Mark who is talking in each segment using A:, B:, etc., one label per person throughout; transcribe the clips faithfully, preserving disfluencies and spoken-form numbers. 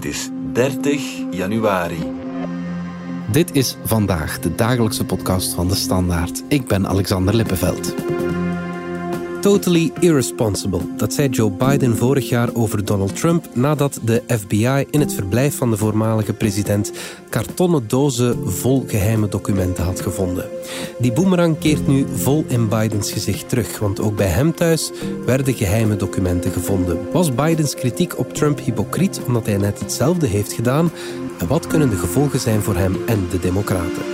A: Het is dertig januari.
B: Dit is Vandaag, de dagelijkse podcast van De Standaard. Ik ben Alexander Lippenveld. Totally irresponsible, dat zei Joe Biden vorig jaar over Donald Trump nadat de F B I in het verblijf van de voormalige president kartonnen dozen vol geheime documenten had gevonden. Die boemerang keert nu vol in Bidens gezicht terug, want ook bij hem thuis werden geheime documenten gevonden. Was Bidens kritiek op Trump hypocriet omdat hij net hetzelfde heeft gedaan? En wat kunnen de gevolgen zijn voor hem en de Democraten?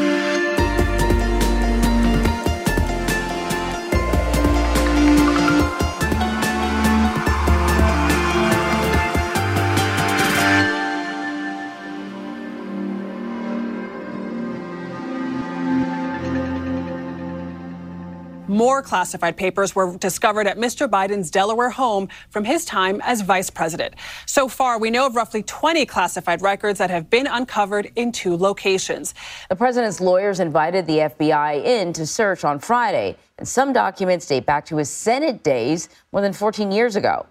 C: More classified papers were discovered at Mister Biden's Delaware home from his time as vice president. So far, we know of roughly twenty classified records that have been uncovered in two locations.
D: The president's lawyers invited the F B I in to search on Friday, and some documents date back to his Senate days more than fourteen years ago.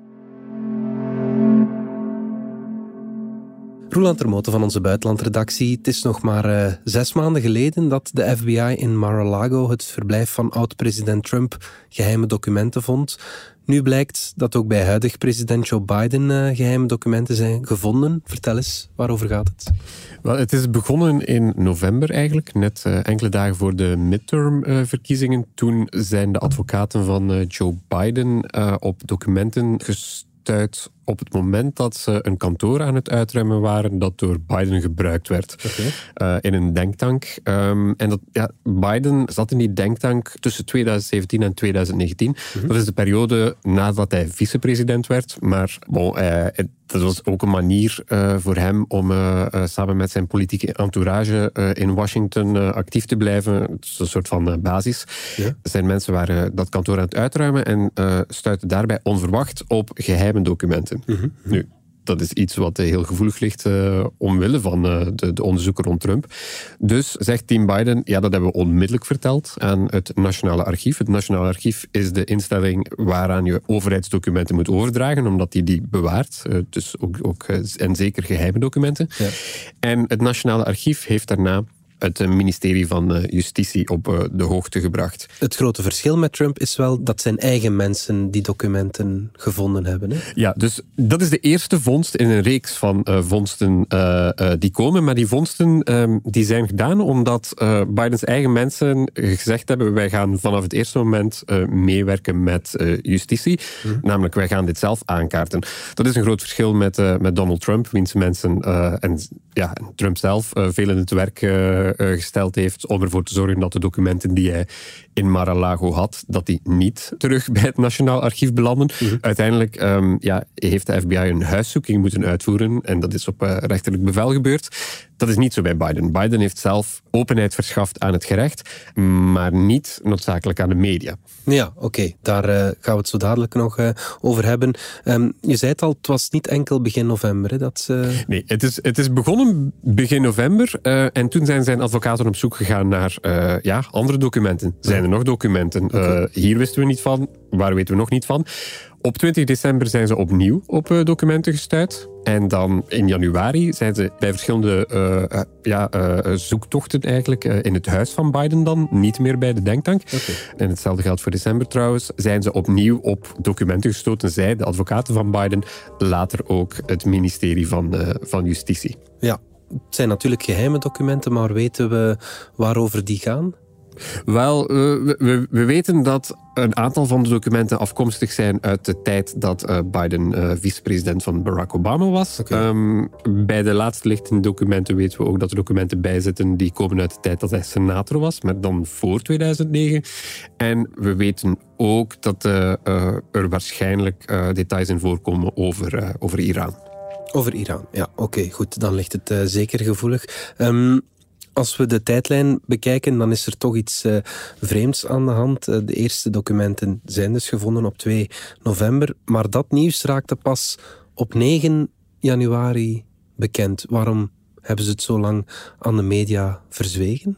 B: Roeland Termote van onze buitenlandredactie. Het is nog maar uh, zes maanden geleden dat de F B I in Mar-a-Lago, het verblijf van oud-president Trump, geheime documenten vond. Nu blijkt dat ook bij huidig president Joe Biden uh, geheime documenten zijn gevonden. Vertel eens, waarover gaat het?
E: Wel, het is begonnen in november eigenlijk, net uh, enkele dagen voor de midterm-verkiezingen. Uh, Toen zijn de advocaten van uh, Joe Biden uh, op documenten gestuurd op het moment dat ze een kantoor aan het uitruimen waren dat door Biden gebruikt werd. Okay. Uh, in een denktank. Um, en dat, ja, Biden zat in die denktank tussen twintig zeventien en twintig negentien. Mm-hmm. Dat is de periode nadat hij vicepresident werd. Maar bon, uh, het, dat was ook een manier uh, voor hem om uh, uh, samen met zijn politieke entourage uh, in Washington uh, actief te blijven. Het is een soort van uh, basis. Ja. Zijn mensen waren dat kantoor aan het uitruimen en uh, stuiten daarbij onverwacht op geheime documenten. Mm-hmm. Nu, dat is iets wat heel gevoelig ligt uh, omwille van uh, de, de onderzoeken rond Trump. Dus zegt team Biden, ja, dat hebben we onmiddellijk verteld aan het Nationale Archief. Het Nationale Archief is de instelling waaraan je overheidsdocumenten moet overdragen, omdat die die bewaart. Uh, dus ook, ook uh, en zeker geheime documenten. Ja. En het Nationale Archief heeft daarna het ministerie van Justitie op de hoogte gebracht. Het
B: grote verschil met Trump is wel dat zijn eigen mensen die documenten gevonden hebben. Hè?
E: Ja, dus dat is de eerste vondst in een reeks van uh, vondsten uh, uh, die komen. Maar die vondsten um, die zijn gedaan omdat uh, Bidens eigen mensen gezegd hebben, wij gaan vanaf het eerste moment uh, meewerken met uh, justitie. Mm. Namelijk, wij gaan dit zelf aankaarten. Dat is een groot verschil met, uh, met Donald Trump, wiens mensen uh, en ja, Trump zelf uh, veel in het werk uh, gesteld heeft om ervoor te zorgen dat de documenten die hij in Mar-a-Lago had, dat die niet terug bij het Nationaal Archief belanden. Mm-hmm. Uiteindelijk um, ja, heeft de F B I een huiszoeking moeten uitvoeren en dat is op uh, rechterlijk bevel gebeurd. Dat is niet zo bij Biden. Biden heeft zelf openheid verschaft aan het gerecht, maar niet noodzakelijk aan de media.
B: Ja, oké. Okay. Daar uh, gaan we het zo dadelijk nog uh, over hebben. Um, je zei het al, het was niet enkel begin november. Hè, dat, uh...
E: Nee, het is, het is begonnen begin november uh, en toen zijn zijn advocaten op zoek gegaan naar uh, ja, andere documenten. Zijn er nog documenten? Okay. Uh, hier wisten we niet van, waar weten we nog niet van. Op twintig december zijn ze opnieuw op uh, documenten gestuurd. En dan in januari zijn ze bij verschillende uh, uh, ja, uh, zoektochten eigenlijk uh, in het huis van Biden dan, niet meer bij de denktank. Okay. En hetzelfde geldt voor december trouwens. Zijn ze opnieuw op documenten gestoten, zij, de advocaten van Biden, later ook het ministerie van, uh, van Justitie.
B: Ja, het zijn natuurlijk geheime documenten, maar weten we waarover die gaan?
E: Wel, we, we, we weten dat een aantal van de documenten afkomstig zijn uit de tijd dat uh, Biden uh, vicepresident van Barack Obama was. Okay. Um, bij de laatste lichtende documenten weten we ook dat er documenten bij zitten die komen uit de tijd dat hij senator was, maar dan voor tweeduizend negen. En we weten ook dat uh, uh, er waarschijnlijk uh, details in voorkomen over, uh, over Iran.
B: Over Iran, ja, oké, okay, goed. Dan ligt het uh, zeker gevoelig. Um, Als we de tijdlijn bekijken, dan is er toch iets uh, vreemds aan de hand. Uh, de eerste documenten zijn dus gevonden op twee november. Maar dat nieuws raakte pas op negen januari bekend. Waarom hebben ze het zo lang aan de media verzwegen?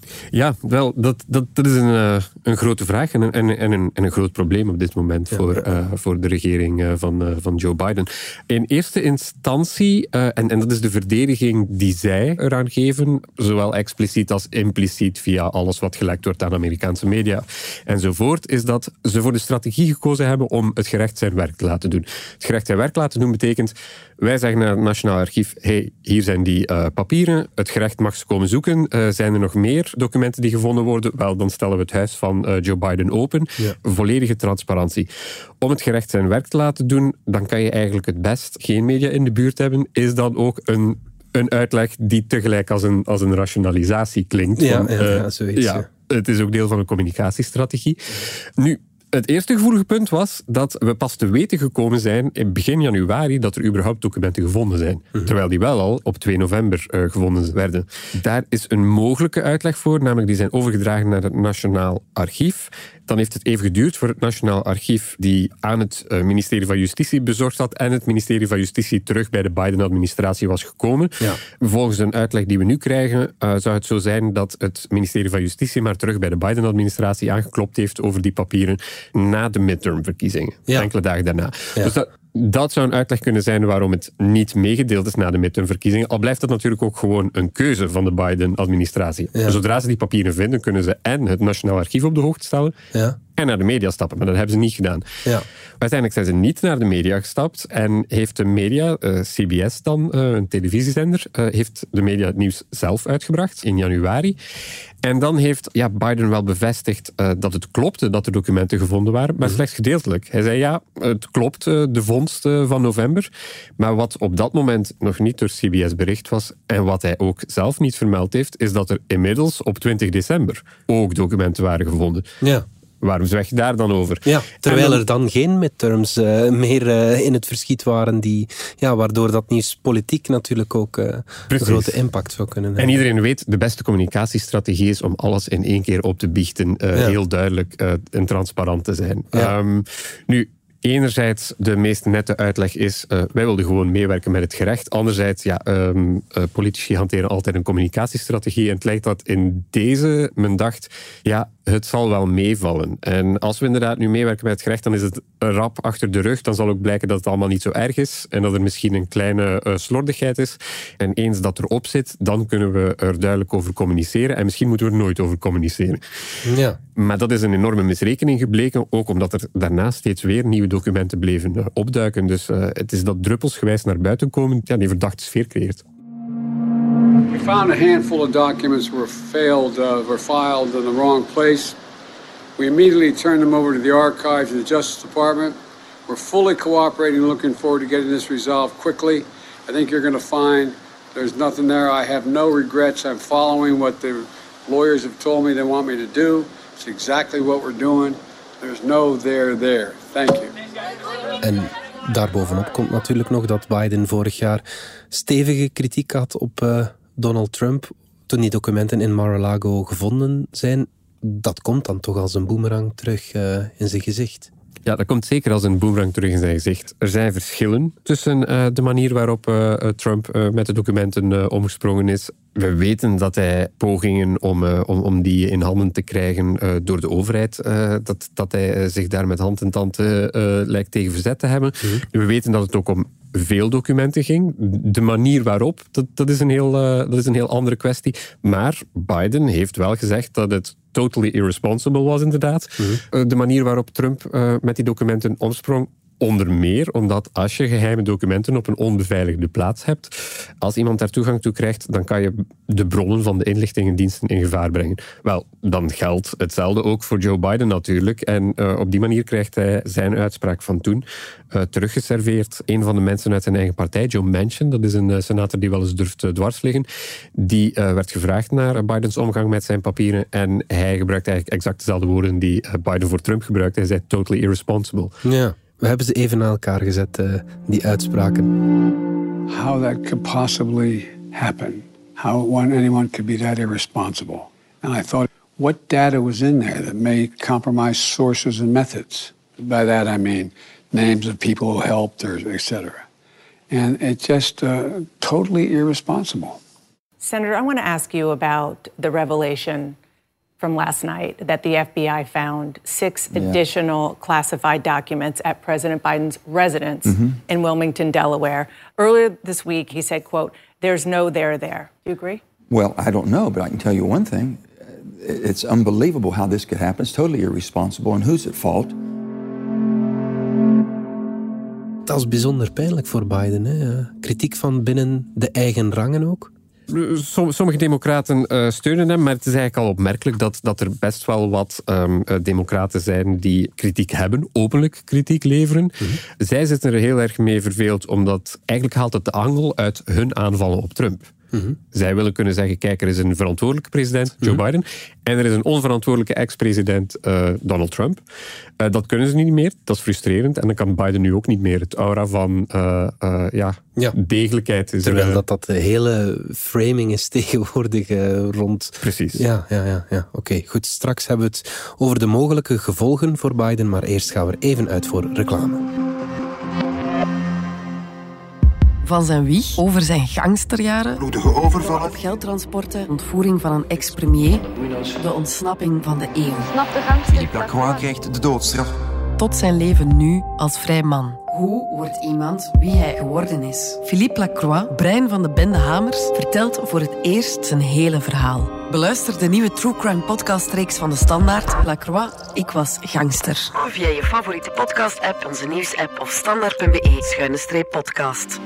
E: Ja, wel, dat, dat, dat is een, uh, een grote vraag en een, en, een, en een groot probleem op dit moment ja, voor, uh, voor de regering uh, van, uh, van Joe Biden. In eerste instantie, uh, en, en dat is de verdediging die zij eraan geven, zowel expliciet als impliciet via alles wat gelekt wordt aan Amerikaanse media enzovoort, is dat ze voor de strategie gekozen hebben om het gerecht zijn werk te laten doen. Het gerecht zijn werk laten doen betekent, wij zeggen naar het Nationaal Archief, hey, hier zijn die uh, papieren, het gerecht mag ze komen zoeken, uh, zijn er nog meer documenten die gevonden worden? Wel, dan stellen we het huis van uh, Joe Biden open. Ja. Volledige transparantie. Om het gerecht zijn werk te laten doen, dan kan je eigenlijk het best geen media in de buurt hebben, is dan ook een, een uitleg die tegelijk als een, als een rationalisatie klinkt.
B: Ja,
E: van,
B: ja,
E: uh,
B: ja zoiets. Ja.
E: Ja, het is ook deel van een communicatiestrategie. Nu, het eerste gevoelige punt was dat we pas te weten gekomen zijn in begin januari dat er überhaupt documenten gevonden zijn. Mm-hmm. Terwijl die wel al op twee november uh, gevonden werden. Daar is een mogelijke uitleg voor, namelijk die zijn overgedragen naar het Nationaal Archief. Dan heeft het even geduurd voor het Nationaal Archief die aan het uh, ministerie van Justitie bezorgd had en het ministerie van Justitie terug bij de Biden-administratie was gekomen. Ja. Volgens een uitleg die we nu krijgen uh, zou het zo zijn dat het ministerie van Justitie maar terug bij de Biden-administratie aangeklopt heeft over die papieren na de midtermverkiezingen. Ja. Enkele dagen daarna. Ja. Dus dat, dat zou een uitleg kunnen zijn waarom het niet meegedeeld is na de midtermverkiezingen. Al blijft dat natuurlijk ook gewoon een keuze van de Biden-administratie. Ja. Zodra ze die papieren vinden, kunnen ze en het Nationaal Archief op de hoogte stellen ja. en naar de media stappen. Maar dat hebben ze niet gedaan. Ja. Uiteindelijk zijn ze niet naar de media gestapt en heeft de media, uh, C B S dan, uh, een televisiezender, uh, heeft de media het nieuws zelf uitgebracht in januari. En dan heeft ja, Biden wel bevestigd uh, dat het klopte dat er documenten gevonden waren, maar mm-hmm. slechts gedeeltelijk. Hij zei ja, het klopt, uh, de vondst uh, van november. Maar wat op dat moment nog niet door C B S bericht was en wat hij ook zelf niet vermeld heeft, is dat er inmiddels op twintig december ook documenten waren gevonden. Ja. Waarom zwijg je daar dan over?
B: Ja, terwijl dan, er dan geen midterms uh, meer uh, in het verschiet waren, die, ja, waardoor dat nieuws politiek natuurlijk ook uh, een grote impact zou kunnen hebben.
E: En iedereen weet, de beste communicatiestrategie is om alles in één keer op te biechten, uh, ja. heel duidelijk uh, en transparant te zijn. Ja. Um, nu, enerzijds, de meest nette uitleg is, uh, wij wilden gewoon meewerken met het gerecht. Anderzijds, ja, um, uh, politici hanteren altijd een communicatiestrategie en het lijkt dat in deze, men dacht, ja, het zal wel meevallen. En als we inderdaad nu meewerken met het gerecht, dan is het rap achter de rug. Dan zal ook blijken dat het allemaal niet zo erg is en dat er misschien een kleine uh, slordigheid is. En eens dat erop zit, dan kunnen we er duidelijk over communiceren. En misschien moeten we er nooit over communiceren. Ja. Maar dat is een enorme misrekening gebleken, ook omdat er daarna steeds weer nieuwe documenten bleven uh, opduiken. Dus uh, het is dat druppelsgewijs naar buiten komen, ja, die verdachte sfeer creëert.
F: We found a handful of documents were failed, uh, were filed in the wrong place. We immediately turned them over to the archives and the Justice Department. We're fully cooperating, looking forward to getting this resolved quickly. I think you're going to find there's nothing there. I have no regrets. I'm following what the lawyers have told me they want me to do. It's exactly what we're doing. There's no there there. Thank you.
B: En daarbovenop komt natuurlijk nog dat Biden vorig jaar stevige kritiek had op uh, Donald Trump toen die documenten in Mar-a-Lago gevonden zijn. Dat komt dan toch als een boemerang terug uh, in zijn gezicht.
E: Ja, dat komt zeker als een boemerang terug in zijn gezicht. Er zijn verschillen tussen uh, de manier waarop uh, Trump uh, met de documenten uh, omgesprongen is. We weten dat hij pogingen om, uh, om, om die in handen te krijgen uh, door de overheid, uh, dat, dat hij uh, zich daar met hand en tand uh, uh, lijkt tegen verzet te hebben. Mm-hmm. We weten dat het ook om veel documenten ging. De manier waarop, dat, dat, is een heel, uh, dat is een heel andere kwestie. Maar Biden heeft wel gezegd dat het totally irresponsible was, inderdaad. Mm-hmm. Uh, de manier waarop Trump uh, met die documenten omsprong. Onder meer omdat als je geheime documenten op een onbeveiligde plaats hebt, als iemand daar toegang toe krijgt, dan kan je de bronnen van de inlichtingendiensten in gevaar brengen. Wel, dan geldt hetzelfde ook voor Joe Biden natuurlijk. En uh, op die manier krijgt hij zijn uitspraak van toen uh, teruggeserveerd. Een van de mensen uit zijn eigen partij, Joe Manchin, dat is een uh, senator die wel eens durft uh, dwars liggen, die uh, werd gevraagd naar uh, Bidens omgang met zijn papieren en hij gebruikte eigenlijk exact dezelfde woorden die uh, Biden voor Trump gebruikte. Hij zei totally irresponsible.
B: Ja. We hebben ze even naar elkaar gezet, uh, die uitspraken.
F: How that could possibly happen. How one, anyone could be that irresponsible. And I thought, what data was in there that may compromise sources and methods? By that I mean names of people who helped, or et cetera. And it's just uh, totally irresponsible.
C: Senator, I want to ask you about the revelation from last night that the F B I found six yeah. additional classified documents at President Biden's residence mm-hmm. in Wilmington, Delaware. Earlier this week, he said, quote, "There's no there there." Do you agree?
G: Well, I don't know, but I can tell you one thing. It's unbelievable how this could happen. It's totally irresponsible. And who's at fault?
B: Dat is bijzonder pijnlijk voor Biden. Hè? Kritiek van binnen de eigen rangen ook.
E: Sommige democraten uh, steunen hem, maar het is eigenlijk al opmerkelijk dat, dat er best wel wat um, democraten zijn die kritiek hebben, openlijk kritiek leveren. Mm-hmm. Zij zitten er heel erg mee verveeld, omdat eigenlijk haalt het de angel uit hun aanvallen op Trump. Mm-hmm. Zij willen kunnen zeggen, kijk, er is een verantwoordelijke president, Joe mm-hmm. Biden, en er is een onverantwoordelijke ex-president, uh, Donald Trump. Uh, dat kunnen ze niet meer, dat is frustrerend, en dan kan Biden nu ook niet meer. Het aura van uh, uh, ja, ja. degelijkheid is
B: Terwijl
E: er, uh,
B: dat, dat de hele framing is tegenwoordig uh, rond...
E: Precies.
B: Ja, ja, ja, ja. oké. Okay, goed, straks hebben we het over de mogelijke gevolgen voor Biden, maar eerst gaan we er even uit voor reclame.
H: Van zijn wieg, over zijn gangsterjaren,
I: bloedige overvallen,
H: geldtransporten, ontvoering van een ex-premier, de ontsnapping van de eeuw.
I: Snap de gangster. Philippe Lacroix krijgt de doodstraf.
H: Tot zijn leven nu als vrij man. Hoe wordt iemand wie hij geworden is? Philippe Lacroix, brein van de bende Hamers, vertelt voor het eerst zijn hele verhaal. Beluister de nieuwe True Crime podcastreeks van De Standaard. Lacroix, ik was gangster. Via je favoriete podcast-app, onze nieuws-app of standaard punt be schuine streep podcast.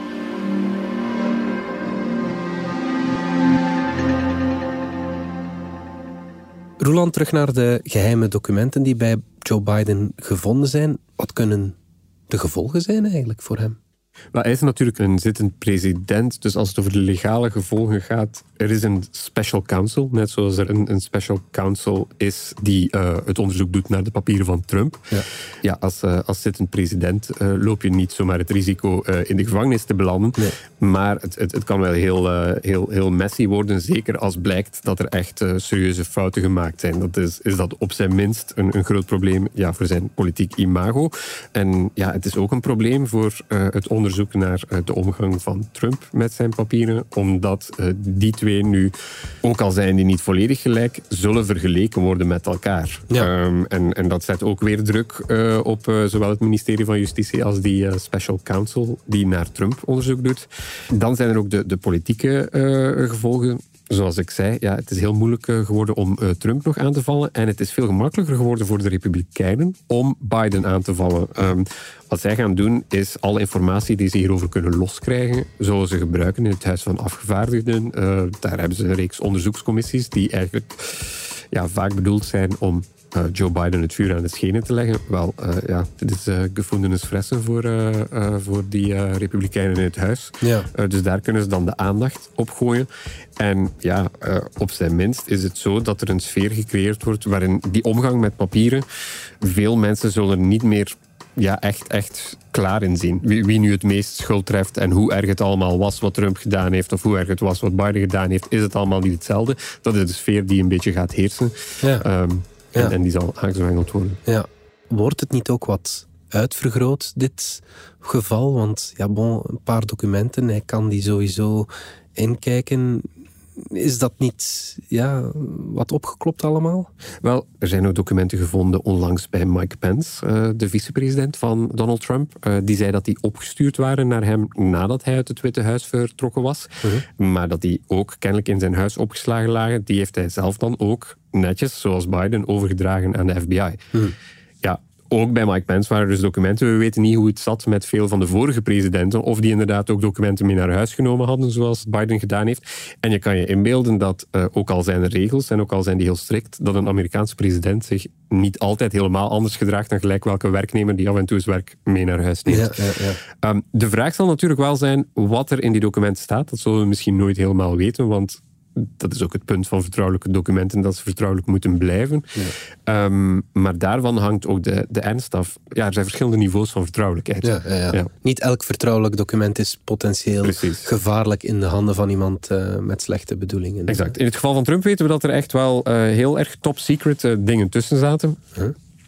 B: Roland, terug naar de geheime documenten die bij Joe Biden gevonden zijn. Wat kunnen de gevolgen zijn eigenlijk voor hem?
E: Maar hij is natuurlijk een zittend president, dus als het over de legale gevolgen gaat, er is een special counsel, net zoals er een, een special counsel is die uh, het onderzoek doet naar de papieren van Trump. Ja, ja als, uh, als zittend president uh, loop je niet zomaar het risico uh, in de gevangenis te belanden, nee. maar het, het, het kan wel heel, uh, heel, heel messy worden, zeker als blijkt dat er echt uh, serieuze fouten gemaakt zijn. Dat is, is dat op zijn minst een, een groot probleem ja, voor zijn politiek imago. En ja, het is ook een probleem voor uh, het onderzoek onderzoek naar de omgang van Trump met zijn papieren, omdat uh, die twee nu, ook al zijn die niet volledig gelijk, zullen vergeleken worden met elkaar. Ja. Um, en, en dat zet ook weer druk uh, op uh, zowel het ministerie van Justitie als die uh, special counsel die naar Trump onderzoek doet. Dan zijn er ook de, de politieke uh, gevolgen. Zoals ik zei, ja, het is heel moeilijk geworden om uh, Trump nog aan te vallen. En het is veel gemakkelijker geworden voor de Republikeinen om Biden aan te vallen. Um, wat zij gaan doen, is alle informatie die ze hierover kunnen loskrijgen, zullen ze gebruiken in het Huis van Afgevaardigden. Uh, daar hebben ze een reeks onderzoekscommissies die eigenlijk ja, vaak bedoeld zijn om Uh, Joe Biden het vuur aan de schenen te leggen. Wel, uh, ja, dit is uh, gefundenes fressen voor, uh, uh, voor die uh, Republikeinen in het huis. Ja. Uh, dus daar kunnen ze dan de aandacht op gooien. En ja, uh, op zijn minst is het zo dat er een sfeer gecreëerd wordt waarin die omgang met papieren, veel mensen zullen niet meer ja, echt, echt klaar in zien. Wie, wie nu het meest schuld treft en hoe erg het allemaal was wat Trump gedaan heeft of hoe erg het was wat Biden gedaan heeft, is het allemaal niet hetzelfde. Dat is de sfeer die een beetje gaat heersen. Ja. Um, En, ja. en die zal aangezwengeld worden.
B: Ja. Wordt het niet ook wat uitvergroot, dit geval? Want ja, bon, een paar documenten, hij kan die sowieso inkijken. Is dat niet ja, wat opgeklopt allemaal?
E: Wel, er zijn ook documenten gevonden onlangs bij Mike Pence, uh, de vicepresident van Donald Trump. Uh, die zei dat die opgestuurd waren naar hem nadat hij uit het Witte Huis vertrokken was. Uh-huh. Maar dat die ook kennelijk in zijn huis opgeslagen lagen. Die heeft hij zelf dan ook netjes, zoals Biden, overgedragen aan de F B I. Uh-huh. Ja, ook bij Mike Pence waren er dus documenten. We weten niet hoe het zat met veel van de vorige presidenten, of die inderdaad ook documenten mee naar huis genomen hadden, zoals Biden gedaan heeft. En je kan je inbeelden dat, uh, ook al zijn er regels, en ook al zijn die heel strikt, dat een Amerikaanse president zich niet altijd helemaal anders gedraagt dan gelijk welke werknemer die af en toe eens werk mee naar huis neemt. Ja, ja, ja. Um, de vraag zal natuurlijk wel zijn wat er in die documenten staat. Dat zullen we misschien nooit helemaal weten, want dat is ook het punt van vertrouwelijke documenten, dat ze vertrouwelijk moeten blijven. Ja. Um, maar daarvan hangt ook de, de ernst af. Ja, er zijn verschillende niveaus van vertrouwelijkheid.
B: Ja, ja, ja. Ja. Niet elk vertrouwelijk document is potentieel Precies. gevaarlijk in de handen van iemand uh, met slechte bedoelingen.
E: Exact. In het geval van Trump weten we dat er echt wel uh, heel erg top secret uh, dingen tussen zaten. Huh?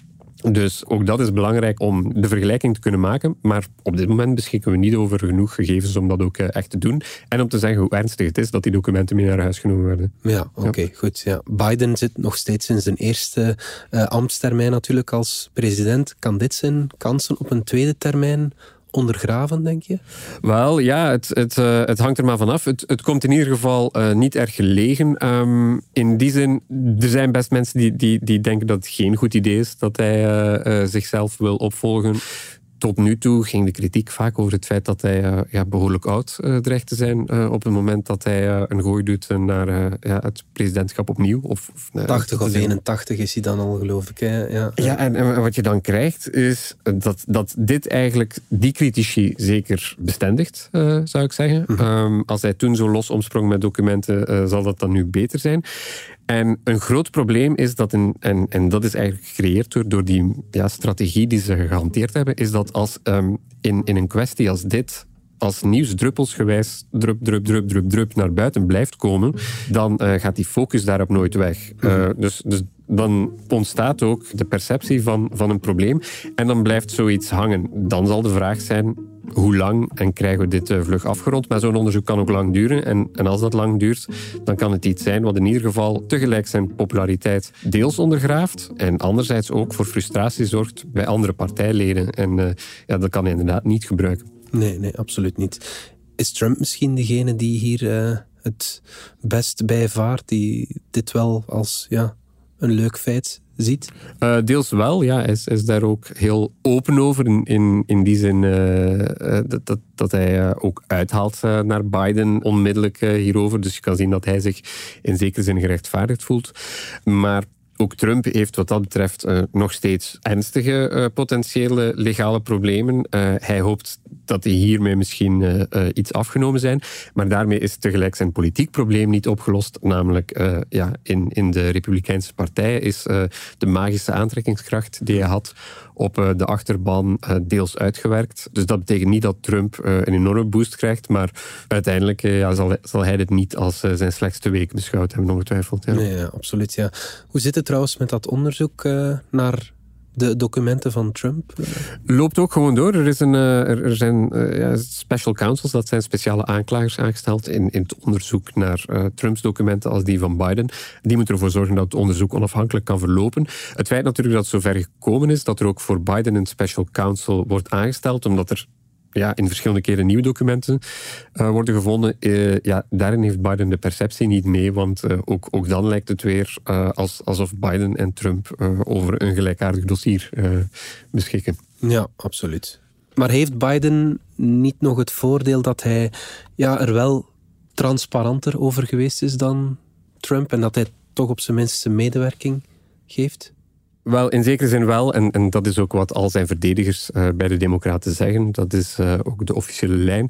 E: Dus ook dat is belangrijk om de vergelijking te kunnen maken. Maar op dit moment beschikken we niet over genoeg gegevens om dat ook echt te doen. En om te zeggen hoe ernstig het is dat die documenten mee naar huis genomen werden.
B: Ja, oké, okay, ja. goed. Ja. Biden zit nog steeds in zijn eerste uh, ambtstermijn natuurlijk als president. Kan dit zijn kansen op een tweede termijn ondergraven, denk je?
E: Wel, ja, het, het, uh, het hangt er maar vanaf. Het, het komt in ieder geval uh, niet erg gelegen. Um, in die zin, er zijn best mensen die, die, die denken dat het geen goed idee is dat hij uh, uh, zichzelf wil opvolgen. Tot nu toe ging de kritiek vaak over het feit dat hij uh, ja, behoorlijk oud uh, dreigt te zijn uh, op het moment dat hij uh, een gooi doet naar uh, ja, het presidentschap opnieuw. Of, uh,
B: tachtig of eenentachtig is hij dan al, geloof ik. Hè? Ja,
E: ja en, en wat je dan krijgt is dat, dat dit eigenlijk die critici zeker bestendigt, uh, zou ik zeggen. Mm-hmm. Um, als hij toen zo los omsprong met documenten, uh, zal dat dan nu beter zijn. En een groot probleem is dat, in, en, en dat is eigenlijk gecreëerd door, door die ja, strategie die ze gehanteerd hebben, is dat als um, in, in een kwestie als dit, als nieuws druppelsgewijs drup, drup, drup, drup, drup naar buiten blijft komen, dan uh, gaat die focus daarop nooit weg. Uh, dus, dus dan ontstaat ook de perceptie van, van een probleem en dan blijft zoiets hangen. Dan zal de vraag zijn, hoe lang en krijgen we dit uh, vlug afgerond? Maar zo'n onderzoek kan ook lang duren. En, en als dat lang duurt, dan kan het iets zijn wat in ieder geval tegelijk zijn populariteit deels ondergraaft en anderzijds ook voor frustratie zorgt bij andere partijleden. En uh, ja, dat kan hij inderdaad niet gebruiken.
B: Nee, nee, absoluut niet. Is Trump misschien degene die hier uh, het best bij vaart, die dit wel als ja, een leuk feit ziet?
E: Uh, deels wel, ja. Hij is, is daar ook heel open over. In, in, in die zin uh, uh, dat, dat, dat hij uh, ook uithaalt uh, naar Biden onmiddellijk uh, hierover. Dus je kan zien dat hij zich in zekere zin gerechtvaardigd voelt. Maar ook Trump heeft wat dat betreft uh, nog steeds ernstige uh, potentiële legale problemen. Uh, hij hoopt dat die hiermee misschien uh, uh, iets afgenomen zijn. Maar daarmee is tegelijk zijn politiek probleem niet opgelost. Namelijk uh, ja, in, in de Republikeinse partij is uh, de magische aantrekkingskracht die hij had op uh, de achterban uh, deels uitgewerkt. Dus dat betekent niet dat Trump uh, een enorme boost krijgt, maar uiteindelijk uh, ja, zal, zal hij dit niet als uh, zijn slechtste week beschouwd hebben, ongetwijfeld. Ja.
B: Nee, ja, absoluut. Ja. Hoe zit het trouwens met dat onderzoek uh, naar de documenten van Trump?
E: Loopt ook gewoon door. Er, is een, uh, er, er zijn uh, ja, special counsels, dat zijn speciale aanklagers aangesteld in, in het onderzoek naar uh, Trumps documenten als die van Biden. Die moeten ervoor zorgen dat het onderzoek onafhankelijk kan verlopen. Het feit natuurlijk dat het zover gekomen is, dat er ook voor Biden een special counsel wordt aangesteld, omdat er ja, in verschillende keren nieuwe documenten uh, worden gevonden. Uh, ja, daarin heeft Biden de perceptie niet mee, want uh, ook, ook dan lijkt het weer uh, als, alsof Biden en Trump uh, over een gelijkaardig dossier uh, beschikken.
B: Ja, absoluut. Maar heeft Biden niet nog het voordeel dat hij ja, er wel transparanter over geweest is dan Trump en dat hij toch op zijn minst zijn medewerking geeft?
E: Wel, in zekere zin wel. En, en dat is ook wat al zijn verdedigers uh, bij de Democraten zeggen. Dat is uh, ook de officiële lijn.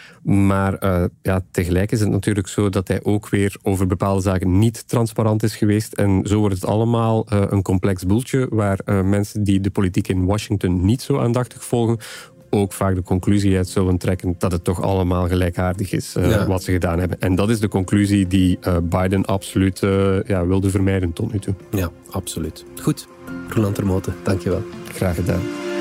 E: Maar uh, ja, tegelijk is het natuurlijk zo dat hij ook weer over bepaalde zaken niet transparant is geweest. En zo wordt het allemaal uh, een complex boeltje waar uh, mensen die de politiek in Washington niet zo aandachtig volgen ook vaak de conclusie uit zullen trekken dat het toch allemaal gelijkaardig is uh, ja. wat ze gedaan hebben. En dat is de conclusie die uh, Biden absoluut uh, ja, wilde vermijden tot nu toe.
B: Ja, absoluut. Goed. Roland Termote, dankjewel.
E: Graag gedaan.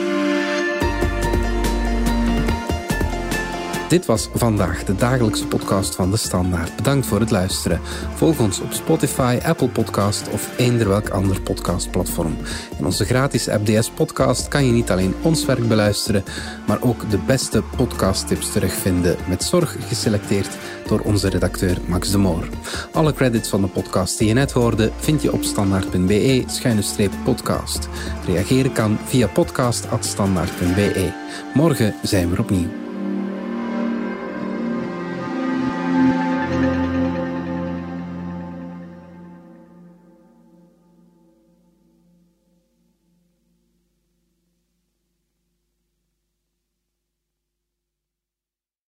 B: Dit was Vandaag, de dagelijkse podcast van De Standaard. Bedankt voor het luisteren. Volg ons op Spotify, Apple Podcast of eender welk ander podcastplatform. In onze gratis app D S Podcast kan je niet alleen ons werk beluisteren, maar ook de beste podcasttips terugvinden, met zorg geselecteerd door onze redacteur Max de Moor. Alle credits van de podcast die je net hoorde vind je op standaard.be schuine streep podcast. Reageren kan via podcast apenstaartje standaard punt be. Morgen zijn we er opnieuw.